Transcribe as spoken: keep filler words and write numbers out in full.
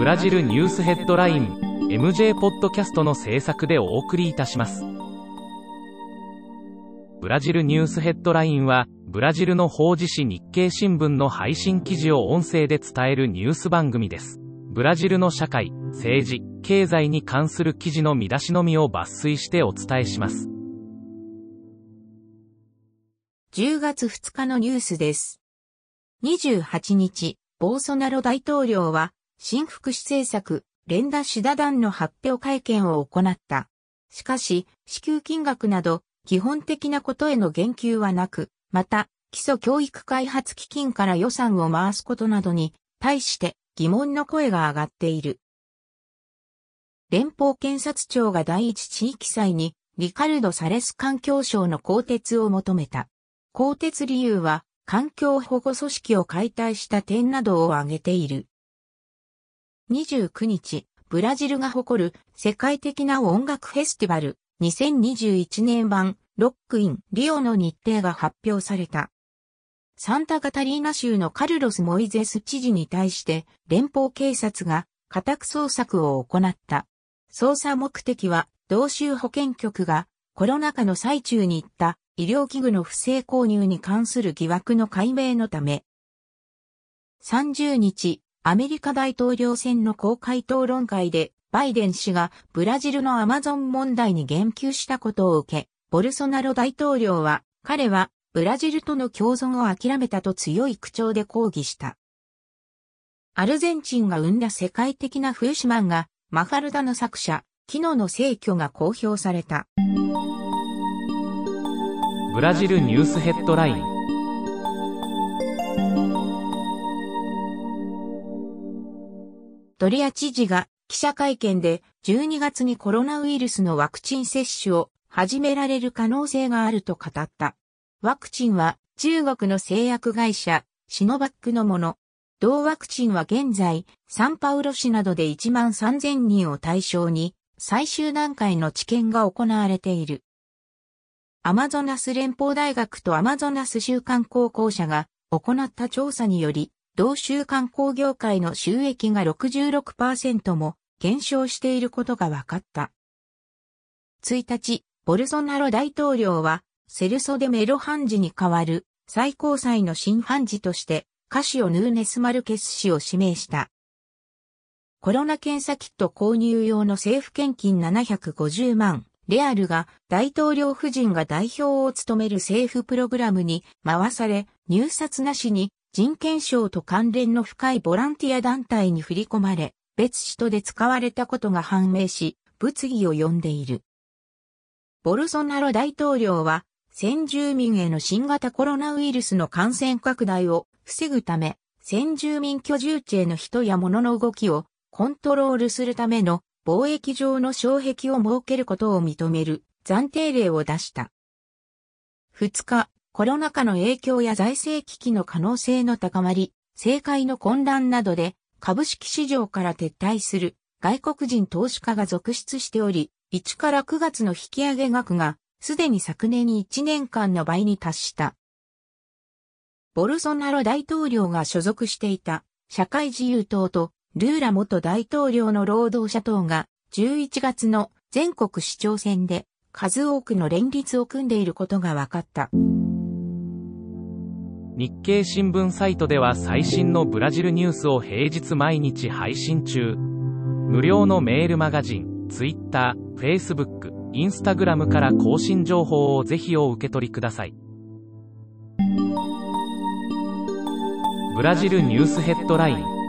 ブラジルニュースヘッドライン エムジェー ポッドキャストの制作でお送りいたします。ブラジルニュースヘッドラインは、ブラジルの法事紙日経新聞の配信記事を音声で伝えるニュース番組です。ブラジルの社会、政治、経済に関する記事の見出しのみを抜粋してお伝えします。 じゅうがつふつかのニュースです。にじゅうはちにち、ボーソナロ大統領は、新福祉政策、レンダシダダンの発表会見を行った。しかし、支給金額など、基本的なことへの言及はなく、また、基礎教育開発基金から予算を回すことなどに、対して疑問の声が上がっている。連邦検察庁が第一地域裁に、リカルド・サレス環境省の更迭を求めた。更迭理由は、環境保護組織を解体した点などを挙げている。にじゅうくにち、ブラジルが誇る世界的な音楽フェスティバルにせんにじゅういちねん版ロックインリオの日程が発表された。サンタカタリーナ州のカルロス・モイゼス知事に対して連邦警察が家宅捜索を行った。捜査目的は同州保健局がコロナ禍の最中に行った医療器具の不正購入に関する疑惑の解明のため。さんじゅうにち、アメリカ大統領選の公開討論会でバイデン氏がブラジルのアマゾン問題に言及したことを受け、ボルソナロ大統領は彼はブラジルとの共存を諦めたと強い口調で抗議した。アルゼンチンが生んだ世界的な風刺漫画、マファルダの作者、キノの逝去が公表された。 ブラジルニュースヘッドライン。 ドリア知事が記者会見でじゅうにがつにコロナウイルスのワクチン接種を始められる可能性があると語った。ワクチンは中国の製薬会社シノバックのもの。同ワクチンは現在サンパウロ市などでいちまんさんぜんにんを対象に最終段階の治験が行われている。アマゾナス連邦大学とアマゾナス州観光公社が行った調査により、同州観光業界の収益が ろくじゅうろくパーセント も減少していることが分かった。いちにち、ボルソナロ大統領は、セルソ・デ・メロ判事に代わる最高裁の新判事として、カシオ・ヌーネス・マルケス氏を指名した。コロナ検査キット購入用の政府献金ななひゃくごじゅうまん。レアルが大統領夫人が代表を務める政府プログラムに回され、入札なしに人権省と関連の深いボランティア団体に振り込まれ、別使途で使われたことが判明し、物議を呼んでいる。ボルソナロ大統領は、先住民への新型コロナウイルスの感染拡大を防ぐため、先住民居住地への人や物の動きをコントロールするための貿易上の障壁を設けることを認める暫定令を出した。ふつか、コロナ禍の影響や財政危機の可能性の高まり、政界の混乱などで株式市場から撤退する外国人投資家が続出しており、いちからくがつの引き上げ額がすでに昨年いちねんかんの倍に達した。ボルソナロ大統領が所属していた社会自由党とルーラ元大統領の労働者党がじゅういちがつの全国市長選で数多くの連立を組んでいることが分かった。 日経新聞サイトでは最新のブラジルニュースを平日毎日配信中。無料のメールマガジン、Twitter、Facebook、Instagram から更新情報をぜひお受け取りください。ブラジルニュースヘッドライン。